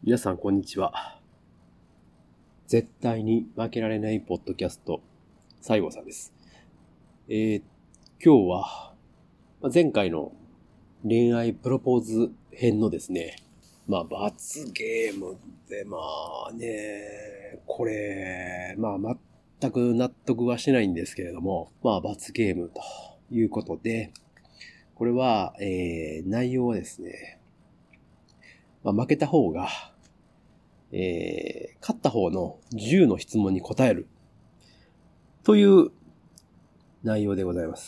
皆さんこんにちは。絶対に負けられないポッドキャスト、西郷さんです。今日は、前回の恋愛プロポーズ編のですね、罰ゲームってこれ、全く納得はしないんですけれども、罰ゲームということで、これは、内容はですね、負けた方が、勝った方の10の質問に答えるという内容でございます。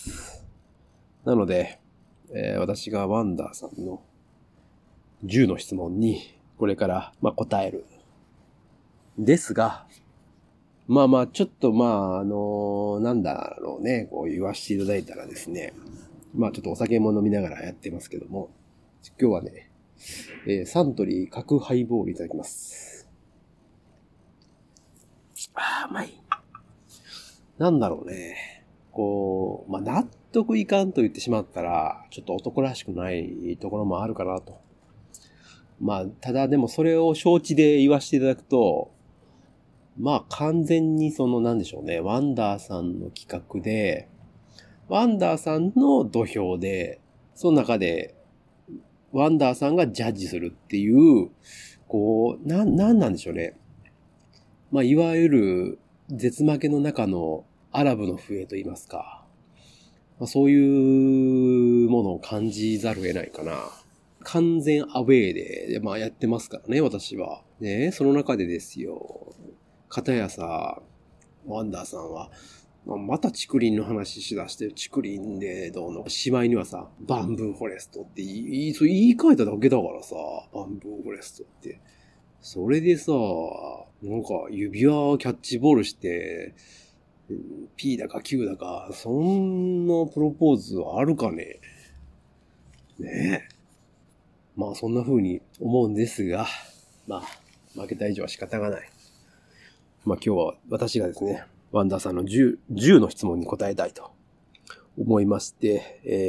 なので、私がワンダーさんの10の質問にこれから答える。ですが、ちょっとなんだろうね、こう言わせていただいたらですね、ちょっとお酒も飲みながらやってますけども、今日はね、サントリー角ハイボールいただきます。うまい。なんだろうね。こう、納得いかんと言ってしまったら、ちょっと男らしくないところもあるかなと。ただでもそれを承知で言わせていただくと、完全になんでしょうね、ワンダーさんの企画で、ワンダーさんの土俵で、その中で、ワンダーさんがジャッジするっていう、こう、なんでしょうね。いわゆる、絶負けの中のアラブの笛と言いますか。そういうものを感じざるを得ないかな。完全アウェーで、やってますからね、私は。ね、その中でですよ。片やさ、ワンダーさんは、また竹林の話しだして、竹林でどうの、しまいにはさ、バンブーフォレストって言い換えただけだからさ、バンブーフォレストって。それでさ、なんか指輪キャッチボールして、P だか Q だか、そんなプロポーズはあるかね。ねえ。そんな風に思うんですが、負けた以上は仕方がない。今日は私がですね、ワンダーさんの10の質問に答えたいと思いまして、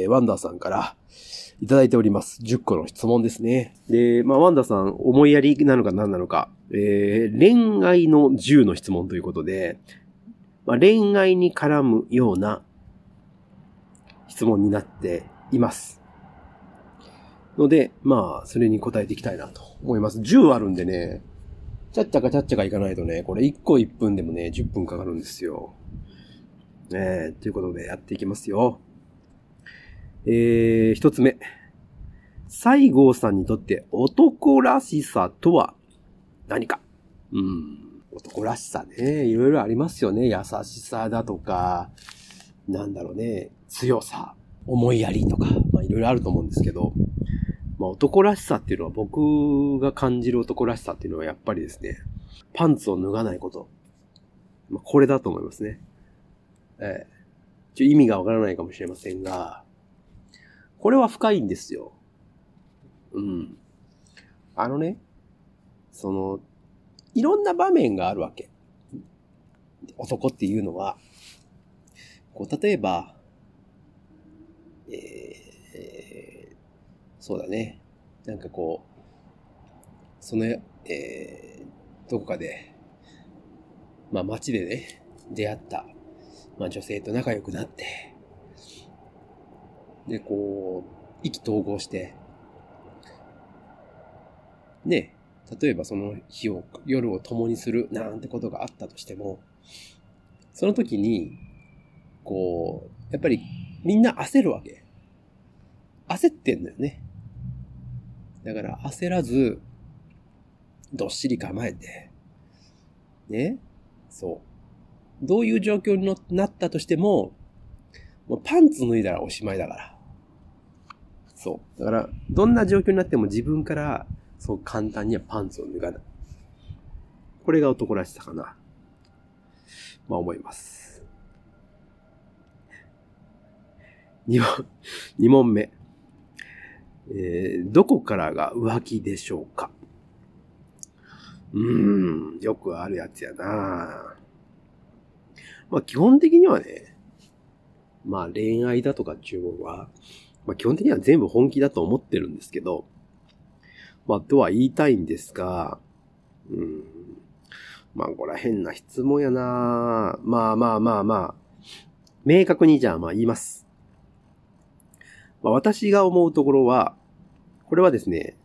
ワンダーさんからいただいております。10個の質問ですね。で、ワンダーさん思いやりなのか何なのか、恋愛の10の質問ということで、恋愛に絡むような質問になっています。ので、それに答えていきたいなと思います。10あるんでね、ちゃっちゃかいかないとね、これ1個1分でもね、10分かかるんですよ。ということでやっていきますよ。一つ目。西郷さんにとって男らしさとは何か？男らしさね、いろいろありますよね。優しさだとか、なんだろうね、強さ、思いやりとか、いろいろあると思うんですけど、男らしさっていうのは、僕が感じる男らしさっていうのはやっぱりですね、パンツを脱がないこと。これだと思いますね。意味がわからないかもしれませんが、これは深いんですよ。いろんな場面があるわけ。男っていうのは、例えば、そうだね。どこかで、街でね、出会った、女性と仲良くなって、で、意気投合して、ね、例えばその夜を共にするなんてことがあったとしても、その時に、やっぱりみんな焦るわけ。焦ってんのよね。だから焦らず、どっしり構えて、ね、どういう状況になったとしても、もうパンツ脱いだらおしまいだから。だから、どんな状況になっても自分から、そう簡単にはパンツを脱がない。これが男らしさかな。思います。2問目。どこからが浮気でしょうか？よくあるやつやな。基本的にはね、恋愛だとかっていうのは、基本的には全部本気だと思ってるんですけど、 とは言いたいんですが、これは変な質問やな。明確にじゃあ言います。私が思うところは、これはですね、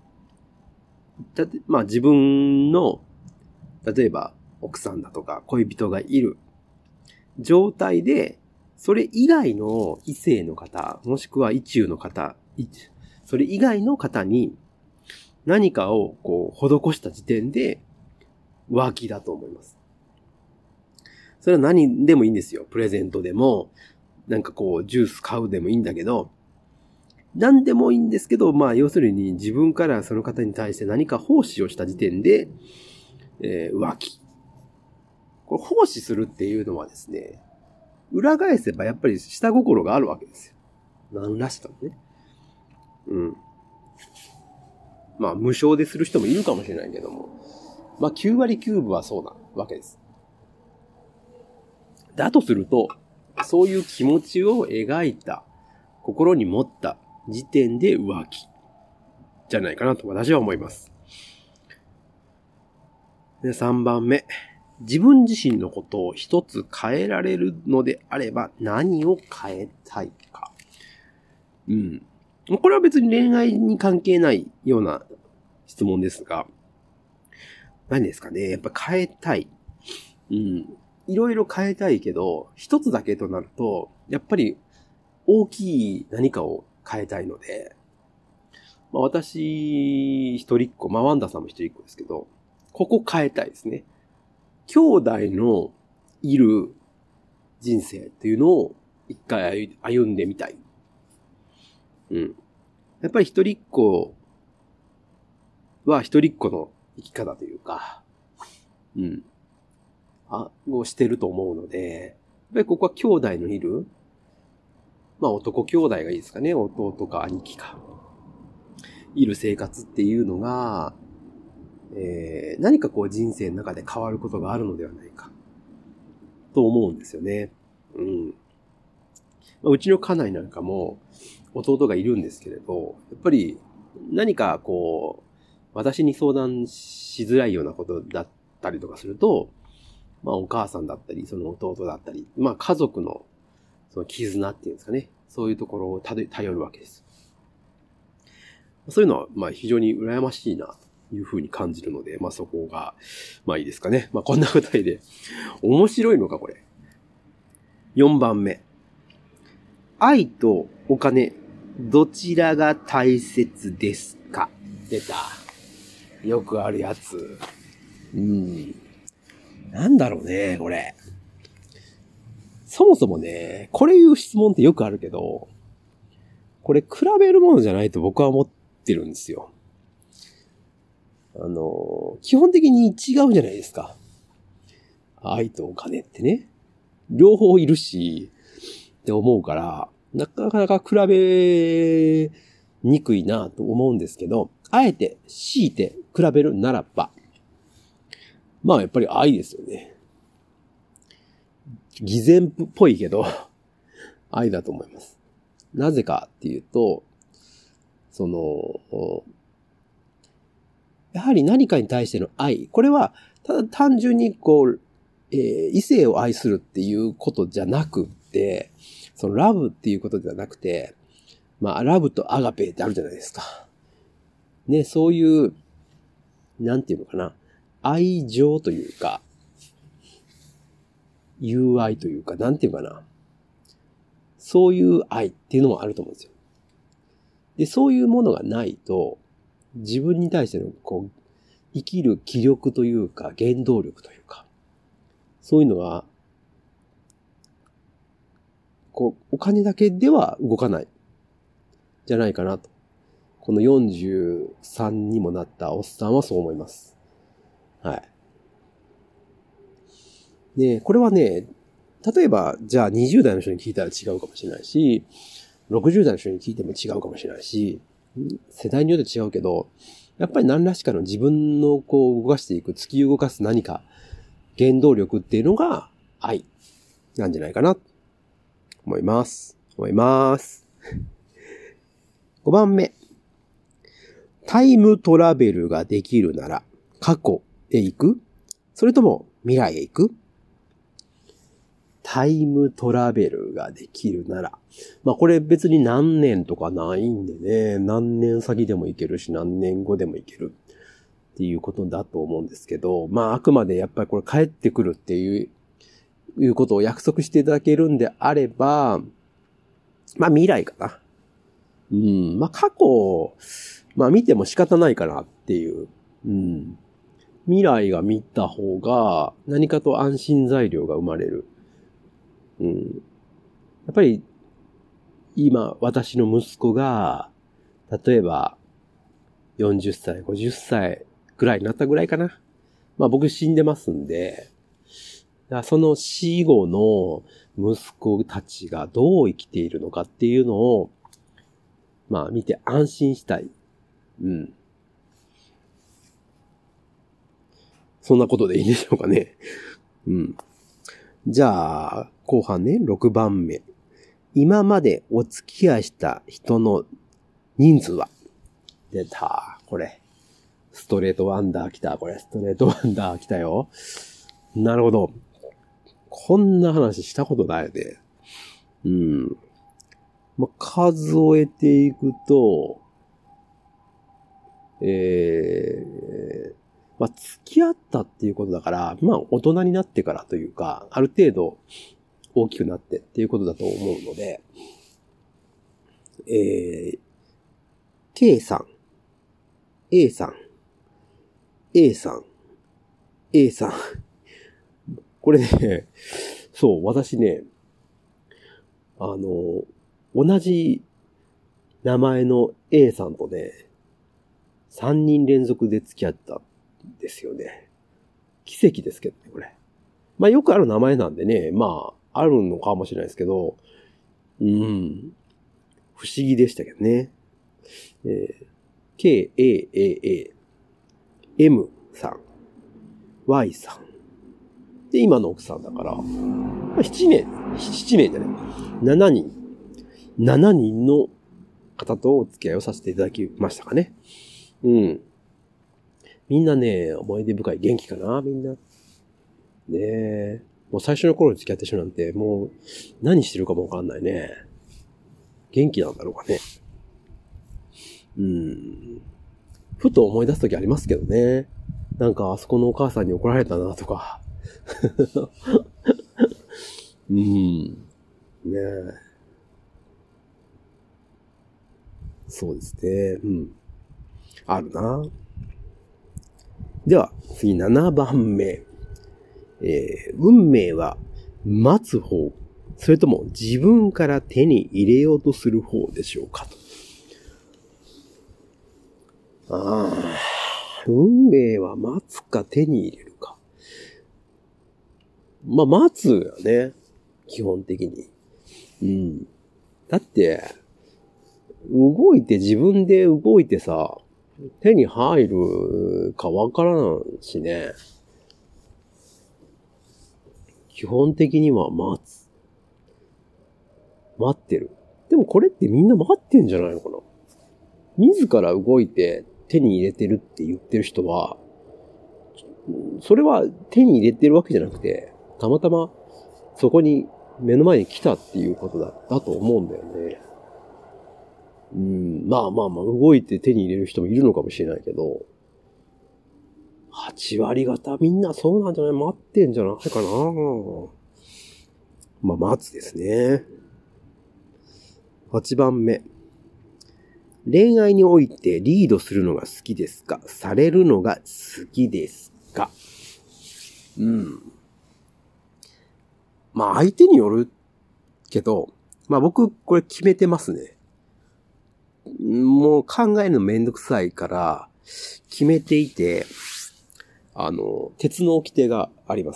自分の、例えば奥さんだとか恋人がいる状態で、それ以外の異性の方、もしくは異中の方、それ以外の方に何かを施した時点で浮気だと思います。それは何でもいいんですよ。プレゼントでも、ジュース買うでもいいんだけど、何でもいいんですけど、要するに自分からその方に対して何か奉仕をした時点で、浮気。これ奉仕するっていうのはですね、裏返せばやっぱり下心があるわけですよ。何らしかのね。無償でする人もいるかもしれないけども、9割9分はそうなわけです。だとすると、そういう気持ちを描いた、心に持った時点で浮気じゃないかなと私は思います。で、3番目。自分自身のことを一つ変えられるのであれば何を変えたいか。これは別に恋愛に関係ないような質問ですが、何ですかね。やっぱ変えたい。いろいろ変えたいけど、一つだけとなると、やっぱり大きい何かを変えたいので、私、一人っ子、ワンダさんも一人っ子ですけど、ここ変えたいですね。兄弟のいる人生っていうのを一回歩んでみたい。やっぱり一人っ子は一人っ子の生き方というか、をしてると思うので、やっぱりここは兄弟のいる、男兄弟がいいですかね、弟か兄貴か。いる生活っていうのが、何か人生の中で変わることがあるのではないか、と思うんですよね。うちの家内なんかも弟がいるんですけれど、やっぱり何か私に相談しづらいようなことだったりとかすると、お母さんだったり、その弟だったり、家族のその絆っていうんですかね、そういうところを頼るわけです。そういうのは非常に羨ましいなというふうに感じるので、そこがいいですかね。こんな答えで面白いのかこれ。4番目。愛とお金、どちらが大切ですか？出た。よくあるやつ。なんだろうね、これ。そもそもね、これいう質問ってよくあるけど、これ比べるものじゃないと僕は思ってるんですよ。基本的に違うじゃないですか。愛とお金ってね。両方いるし、って思うから、なかなか比べにくいなと思うんですけど、あえて強いて比べるならば、やっぱり愛ですよね。偽善っぽいけど、愛だと思います。なぜかっていうと、やはり何かに対しての愛、これはただ単純に異性を愛するっていうことじゃなくって、そのラブっていうことではなくて、ラブとアガペってあるじゃないですか。ね、そういう、なんていうのかな、愛情というか、友愛というか、なんていうかな、そういう愛っていうのもあると思うんですよ。で、そういうものがないと、自分に対しての生きる気力というか、原動力というか、そういうのが、お金だけでは動かない、じゃないかなと。この43にもなったおっさんはそう思います。はい。で、これはね、例えば、じゃあ20代の人に聞いたら違うかもしれないし、60代の人に聞いても違うかもしれないし、世代によって違うけど、やっぱり何らしかの自分の動かしていく、突き動かす何か、原動力っていうのが愛なんじゃないかな、思います。5番目。 タイムトラベルができるなら過去へ行く？それとも未来へ行く？タイムトラベルができるなら。まあこれ別に何年とかないんでね、何年先でも行けるし何年後でも行けるっていうことだと思うんですけど、まああくまでやっぱりこれ帰ってくるっていうことを約束していただけるんであれば、まあ未来かな。まあ過去、まあ見ても仕方ないかなっていう。未来が見た方が何かと安心材料が生まれる。やっぱり今私の息子が例えば40歳、50歳ぐらいになったぐらいかな。まあ僕死んでますんで、その死後の息子たちがどう生きているのかっていうのをまあ見て安心したい。そんなことでいいんでしょうかね。じゃあ、後半ね、6番目。今までお付き合いした人の人数は？出た。これ。ストレートワンダー来た。これ。ストレートワンダー来たよ。なるほど。こんな話したことないで。まあ、数えていくと、まあ、付き合ったっていうことだから、まあ、大人になってからというか、ある程度大きくなってっていうことだと思うので、K さん、A さん、A さん、A さん。これね、そう、私ね、同じ名前の A さんとね、3人連続で付き合ったんですよね。奇跡ですけどね、これ。まあよくある名前なんでね、まああるのかもしれないですけど、不思議でしたけどね。K, A, A, A, M さん、Y さん。で、今の奥さんだから、7年じゃない。7人の方とお付き合いをさせていただきましたかね。みんなね、思い出深い元気かな、みんな。ねえ。もう最初の頃に付き合った人なんて、もう何してるかもわかんないね。元気なんだろうかね。ふと思い出すときありますけどね。なんかあそこのお母さんに怒られたなとか。ねえ。そうですね。あるな。では、次7番目。運命は待つ方、それとも自分から手に入れようとする方でしょうかと。運命は待つか手に入れるか。まあ、待つよね。基本的に。だって、自分で動いてさ、手に入るかわからんしね。基本的には待ってる。でもこれってみんな待ってんじゃないのかな。自ら動いて手に入れてるって言ってる人は、それは手に入れてるわけじゃなくて、たまたまそこに目の前に来たっていうことだと思うんだよね。まあ、動いて手に入れる人もいるのかもしれないけど、8割方みんなそうなんじゃない？待ってんじゃないかな。まあ、待つですね。8番目。恋愛においてリードするのが好きですか？されるのが好きですか？まあ、相手によるけど、まあ僕、これ決めてますね。もう考えるのめんどくさいから、決めていて、鉄の掟があります。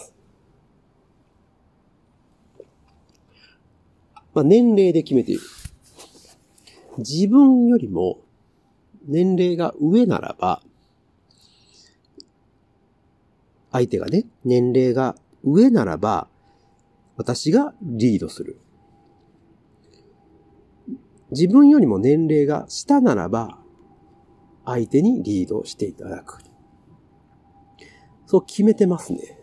まあ年齢で決めている。自分よりも年齢が上ならば、相手がね、年齢が上ならば、私がリードする。自分よりも年齢が下ならば、 相手にリードしていただく。そう決めてますね。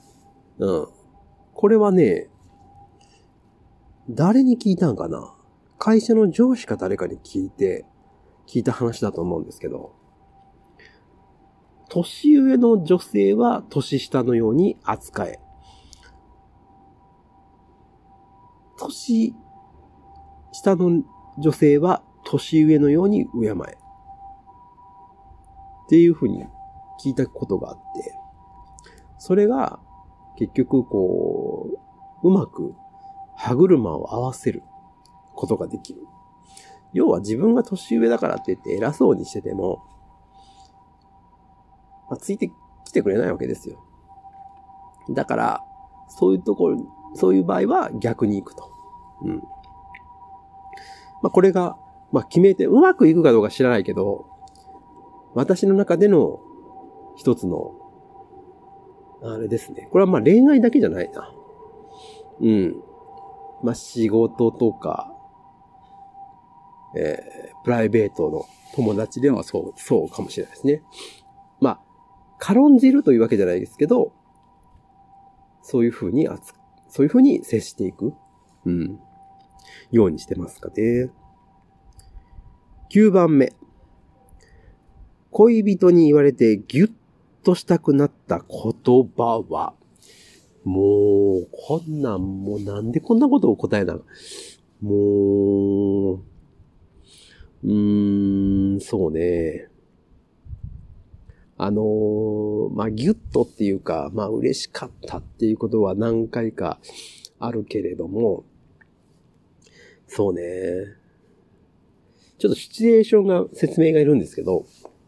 これはね、誰に聞いたんかな？会社の上司か誰かに聞いた話だと思うんですけど、年上の女性は年下のように扱え。年下の女性は年上のように敬え。っていうふうに聞いたことがあって、それが結局うまく歯車を合わせることができる。要は自分が年上だからって言って偉そうにしてても、ついてきてくれないわけですよ。だから、そういう場合は逆に行くと。これが、決めてうまくいくかどうか知らないけど、私の中での一つの、あれですね。これは恋愛だけじゃないな。仕事とか、プライベートの友達ではそうかもしれないですね。軽んじるというわけじゃないですけど、そういうふうに接していく、ようにしてますかね。9番目。恋人に言われてギュッとしたくなった言葉は、もうなんでこんなことを答えなの？そうね。ギュッとっていうか、嬉しかったっていうことは何回かあるけれども、そうね。ちょっとシチュエーションが説明がいるんですけど、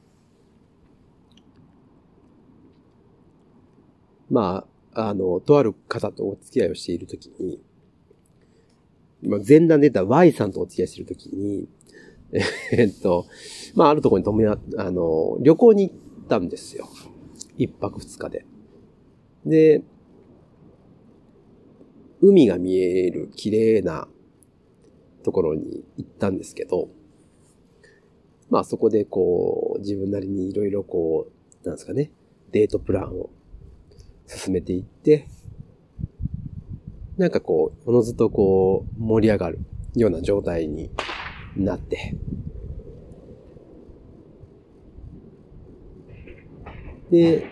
とある方とお付き合いをしているときに、前段で出た Y さんとお付き合いしているときに、あるところに旅行に行ったんですよ。一泊二日で。で、海が見える綺麗なところに行ったんですけど、そこで自分なりにいろいろなんですかね、デートプランを進めていって、おのずと盛り上がるような状態になって、で、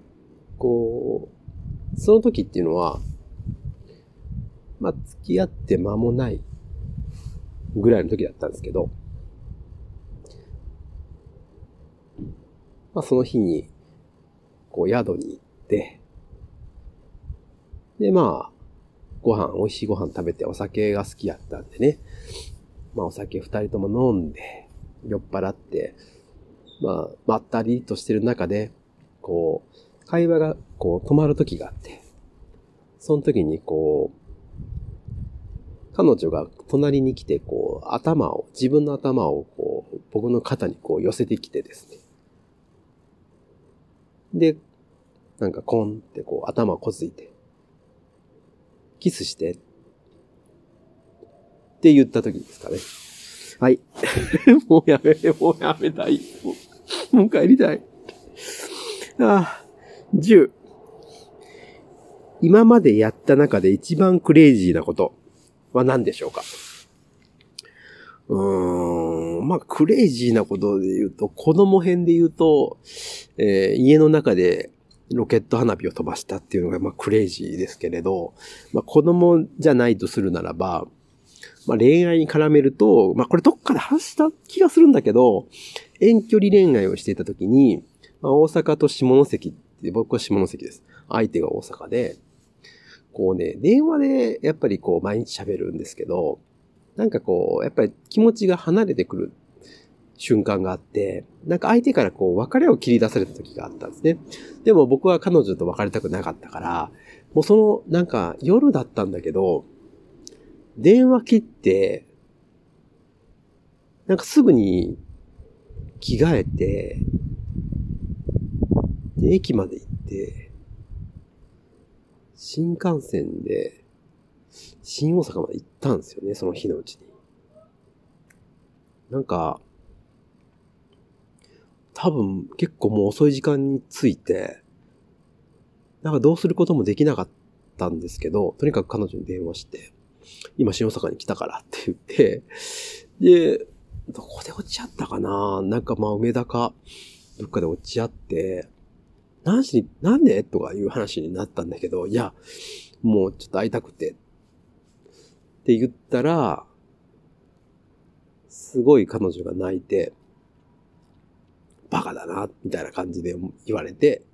その時っていうのは、付き合って間もないぐらいの時だったんですけど、その日に、宿に行って、で、美味しいご飯食べてお酒が好きやったんでね、お酒二人とも飲んで、酔っ払って、まったりとしてる中で、会話が止まる時があって、その時に彼女が隣に来て自分の頭を僕の肩に寄せてきてですね。で、コンって頭をこづいて、キスしてって言った時ですかね。はい。もうやめたい。もう帰りたい。10。今までやった中で一番クレイジーなことは何でしょうか？クレイジーなことで言うと、子供編で言うと、家の中でロケット花火を飛ばしたっていうのがクレイジーですけれど、子供じゃないとするならば、恋愛に絡めると、これどっかで話した気がするんだけど、遠距離恋愛をしていた時に、大阪と下関って、僕は下関です。相手が大阪で、電話でやっぱり毎日喋るんですけど、やっぱり気持ちが離れてくる瞬間があって、相手から別れを切り出された時があったんですね。でも僕は彼女と別れたくなかったから、もう夜だったんだけど、電話切って、すぐに着替えて、で、駅まで行って、新幹線で、新大阪まで行ったんですよね、その日のうちに。 多分結構もう遅い時間に着いて、なんかどうすることもできなかったんですけど、とにかく彼女に電話して、今新大阪に来たからって言って、で、どこで落ち合ったかな、なんかまあ梅田か、どっかで落ち合って、なんでとかいう話になったんだけど、いや、もうちょっと会いたくて。って言ったら、すごい彼女が泣いて、バカだな、みたいな感じで言われて、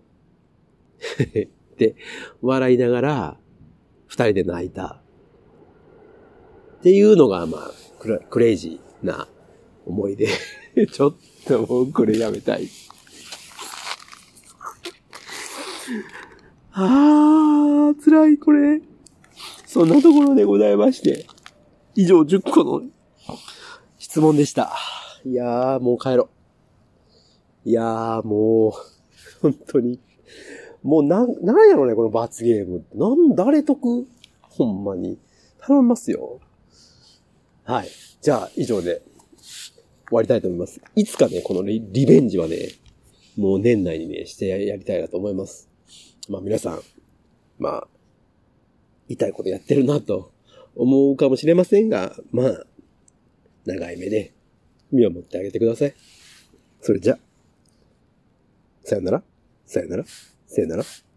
で、笑いながら、二人で泣いた。っていうのが、まあ、クレイジーな思い出。ちょっともうこれやめたい。辛い、これ。そんなところでございまして。以上10個の質問でした。いやー、もう帰ろう。いやー、もう、本当に。もうなんやろね、この罰ゲーム。誰得ほんまに。頼みますよ。はい。じゃあ、以上で終わりたいと思います。いつかね、このリベンジはね、もう年内にね、してやりたいなと思います。まあ皆さん、まあ、痛いことやってるなと思うかもしれませんが、まあ、長い目で見守ってあげてください。それじゃ、さよなら、さよなら、さよなら。